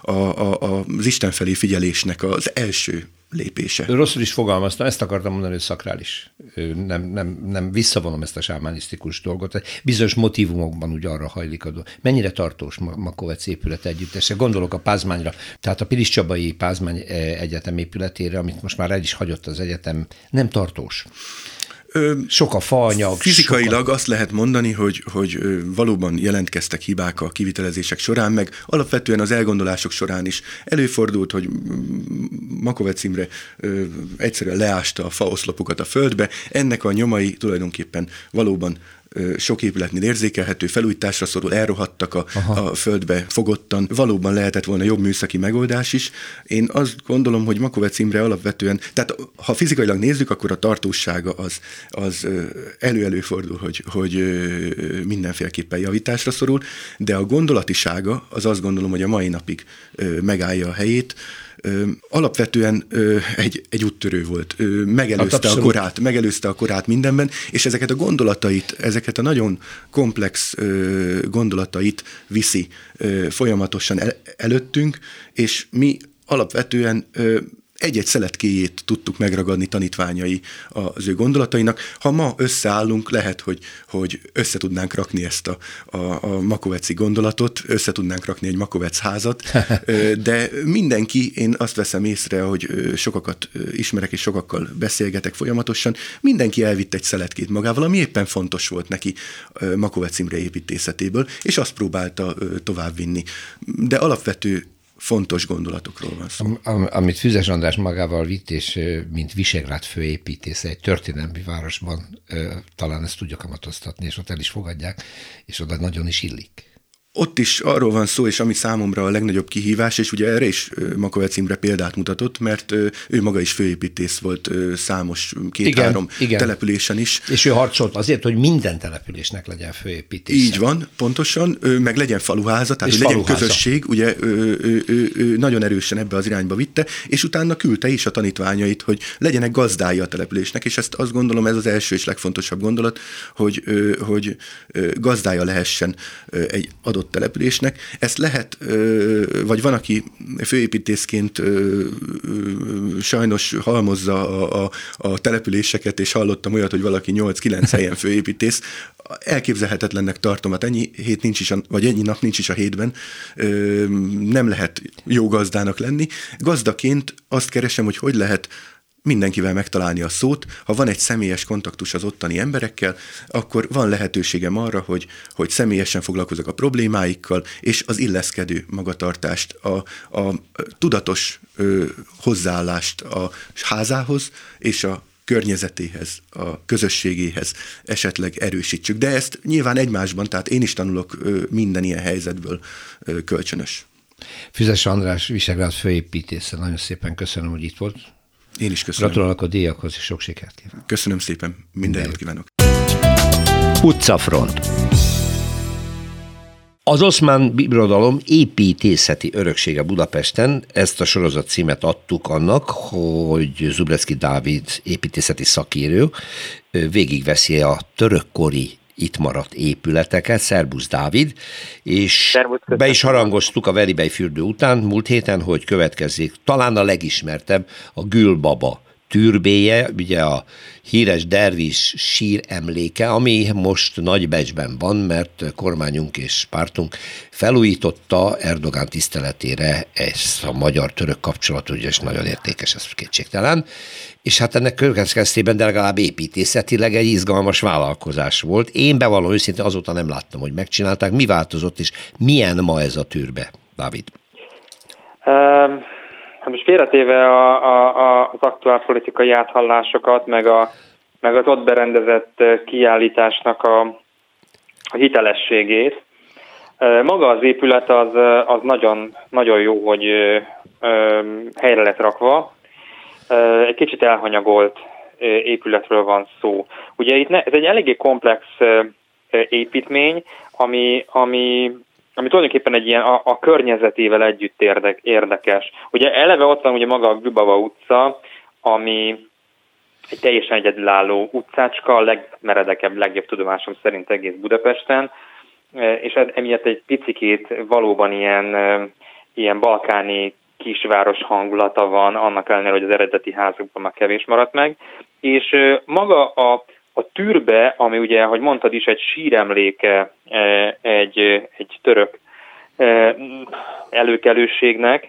az Isten felé figyelésnek az első lépése. Rosszul is fogalmaztam, ezt akartam mondani, hogy szakrális. Nem visszavonom ezt a sámánisztikus dolgot. Bizonyos motívumokban úgy arra hajlik a dolog. Mennyire tartós Makovec épület együttese? Gondolok a Pázmányra, tehát a Piliscsabai Pázmány Egyetem épületére, amit most már el is hagyott az egyetem, nem tartós. Sok a faanyag. Fizikailag azt lehet mondani, hogy valóban jelentkeztek hibák a kivitelezések során, meg alapvetően az elgondolások során is előfordult, hogy Makovec Imre egyszerűen leásta a faoszlopokat a földbe. Ennek a nyomai tulajdonképpen valóban sok épületnél érzékelhető, felújításra szorul, elrohadtak a földbe fogottan. Valóban lehetett volna jobb műszaki megoldás is. Én azt gondolom, hogy Makovec Imre alapvetően, tehát ha fizikailag nézzük, akkor a tartósága az előfordul, hogy mindenféleképpen javításra szorul, de a gondolatisága az azt gondolom, hogy a mai napig megállja a helyét. Alapvetően egy úttörő volt, megelőzte a korát mindenben, és ezeket a gondolatait, ezeket a nagyon komplex gondolatait viszi folyamatosan előttünk, és mi alapvetően egy-egy szeletkéjét tudtuk megragadni tanítványai az ő gondolatainak. Ha ma összeállunk, lehet, hogy össze tudnánk rakni ezt a makoveci gondolatot, össze tudnánk rakni egy Makovec házat, de mindenki, én azt veszem észre, hogy sokakat ismerek és sokakkal beszélgetek folyamatosan, mindenki elvitt egy szeletkét magával, ami éppen fontos volt neki Makovec Imre építészetéből, és azt próbálta továbbvinni. De alapvető fontos gondolatokról van szó. Amit Füzes András magával vitt, és mint Visegrád főépítésze egy történelmi városban talán ezt tudja kamatoztatni, és ott el is fogadják, és oda nagyon is illik. Ott is arról van szó, és ami számomra a legnagyobb kihívás, és ugye erre is Makovec Imre példát mutatott, mert ő maga is főépítész volt számos két-három településen is. És ő harcolt azért, hogy minden településnek legyen főépítész. Így van, pontosan, meg legyen faluháza, tehát hogy legyen közösség, ugye ő nagyon erősen ebbe az irányba vitte, és utána küldte is a tanítványait, hogy legyenek gazdái a településnek, és ezt azt gondolom, ez az első és legfontosabb gondolat, hogy gazdája lehessen egy adott településnek. Ezt lehet, vagy van, aki főépítészként sajnos halmozza a településeket, és hallottam olyat, hogy valaki 8-9 helyen főépítész. Elképzelhetetlennek tartom, hát ennyi hét nincs is, vagy ennyi nap nincs is a hétben, nem lehet jó gazdának lenni. Gazdaként azt keresem, hogy lehet mindenkivel megtalálni a szót. Ha van egy személyes kontaktus az ottani emberekkel, akkor van lehetőségem arra, hogy személyesen foglalkozok a problémáikkal, és az illeszkedő magatartást, a tudatos hozzáállást a házához és a környezetéhez, a közösségéhez esetleg erősítsük. De ezt nyilván egymásban, tehát én is tanulok minden ilyen helyzetből kölcsönös. Füzes András, Visegrád főépítésze, nagyon szépen köszönöm, hogy itt volt. Én is köszönöm. Gratulálok a díjakhoz, és sok sikert kívánok. Köszönöm szépen, minden jót kívánok. Utcafront. Az Oszmán Birodalom építészeti öröksége Budapesten, ezt a sorozat címet adtuk annak, hogy Zubrecki Dávid építészeti szakíró végigveszi a törökkori itt maradt épületeket. Szerbusz Dávid, és be is harangoztuk a Veribej fürdő után múlt héten, hogy következzék talán a legismertebb, a Gülbaba türbéje, ugye a híres dervis sír emléke, ami most Nagybecsben van, mert kormányunk és pártunk felújította Erdogán tiszteletére ezt a magyar-török kapcsolatot, és nagyon értékes, ez kétségtelen. És hát ennek következtében, de legalább építészetileg egy izgalmas vállalkozás volt. Én bevallom őszintén, azóta nem láttam, hogy megcsinálták. Mi változott, és milyen ma ez a türbe, Dávid? Most félretéve az aktuál politikai áthallásokat, meg az ott berendezett kiállításnak a hitelességét. Maga az épület az nagyon, nagyon jó, hogy helyre lett rakva. Egy kicsit elhanyagolt épületről van szó. Ugye itt ez egy eléggé komplex építmény, ami tulajdonképpen egy ilyen a környezetével együtt érdekes. Ugye eleve ott van ugye maga a Glübava utca, ami egy teljesen egyedülálló utcácska, a legmeredekebb, legjobb tudomásom szerint egész Budapesten, és emiatt egy picikét valóban ilyen balkáni kisváros hangulata van, annak ellenére, hogy az eredeti házukban már kevés maradt meg. És maga a türbe, ami ugye, ahogy mondtad is, egy síremléke egy török előkelőségnek,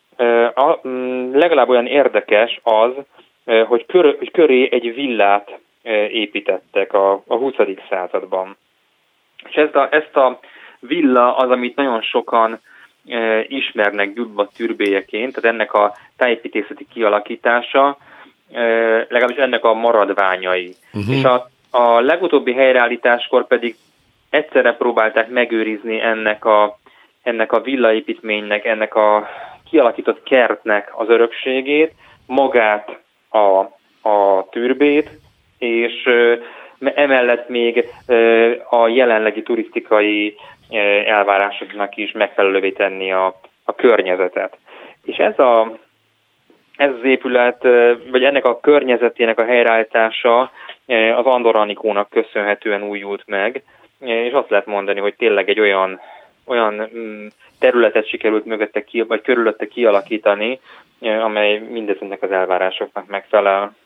legalább olyan érdekes az, hogy köré egy villát építettek a 20. században. És ezt a villa az, amit nagyon sokan ismernek Gyulba türbéjeként, tehát ennek a tájépítészeti kialakítása, legalábbis ennek a maradványai. És a legutóbbi helyreállításkor pedig egyszerre próbálták megőrizni ennek a villaépítménynek, ennek a kialakított kertnek az örökségét, magát a türbét, és emellett még a jelenlegi turisztikai elvárásoknak is megfelelővé tenni a környezetet. És ez az épület, vagy ennek a környezetének a helyreállítása az Andor Anikónak köszönhetően újult meg, és azt lehet mondani, hogy tényleg egy olyan területet sikerült mögötte vagy körülötte kialakítani, amely mindezeknek az elvárásoknak megfelel.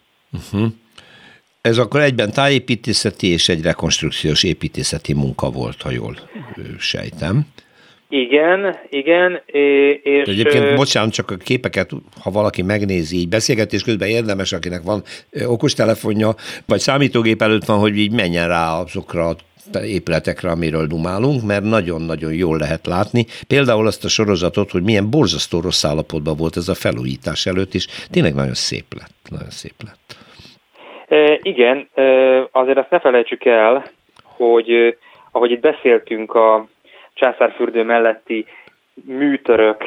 Ez akkor egyben tájépítészeti és egy rekonstrukciós építészeti munka volt, ha jól sejtem. Igen. És egyébként, bocsánat, csak a képeket, ha valaki megnézi, így beszélgetés közben érdemes, akinek van okostelefonja, vagy számítógép előtt van, hogy így menjen rá azokra a épületekre, amiről dumálunk, mert nagyon-nagyon jól lehet látni. Például azt a sorozatot, hogy milyen borzasztó rossz állapotban volt ez a felújítás előtt, és tényleg nagyon szép lett. Nagyon szép lett. Igen, azért azt ne felejtsük el, hogy ahogy itt beszéltünk a Császárfürdő melletti műtörök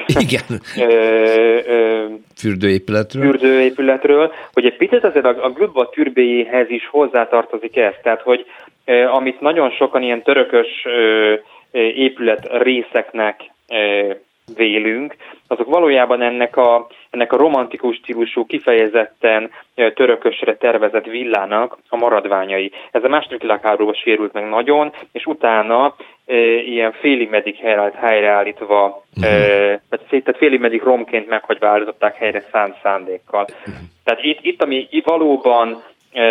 fürdőépületről, hogy egy picit azért a Glübva türbéjéhez is hozzátartozik ez. Tehát, hogy amit nagyon sokan ilyen törökös épület részeknek vélünk, azok valójában ennek a romantikus stílusú, kifejezetten törökösre tervezett villának a maradványai. Ez a második világháborúban sérült meg nagyon, és utána ilyen félig meddig helyreállítva, tehát félig meddig romként meghagyva állították helyre szánt szándékkal. Tehát itt ami valóban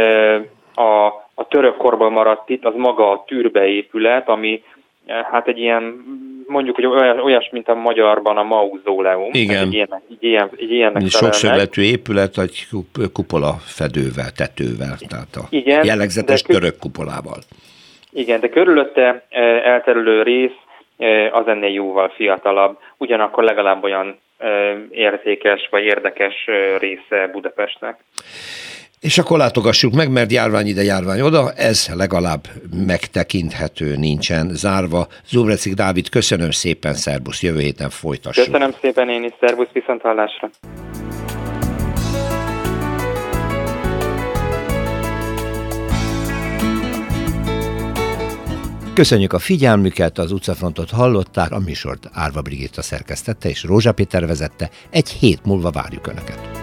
a török korból maradt itt, az maga a türbeépület, ami hát egy ilyen, mondjuk, hogy olyas, mint a magyarban a mauzóleum. Igen. Egy ilyennek sokszögletű épület, egy kupola fedővel, tetővel, tehát a jellegzetes török kupolával. Igen, de körülötte elterülő rész az ennél jóval fiatalabb, ugyanakkor legalább olyan értékes vagy érdekes része Budapestnek. És akkor látogassuk meg, mert járvány ide, járvány oda, ez legalább megtekinthető, nincsen zárva. Zubrecik Dávid, köszönöm szépen, szerbusz, jövő héten folytassuk. Köszönöm szépen én is, szerbusz, viszonthallásra. Köszönjük a figyelmüket, az utcafrontot hallották, a műsort Árva Brigitta szerkesztette és Rózsa Péter vezette, egy hét múlva várjuk Önöket.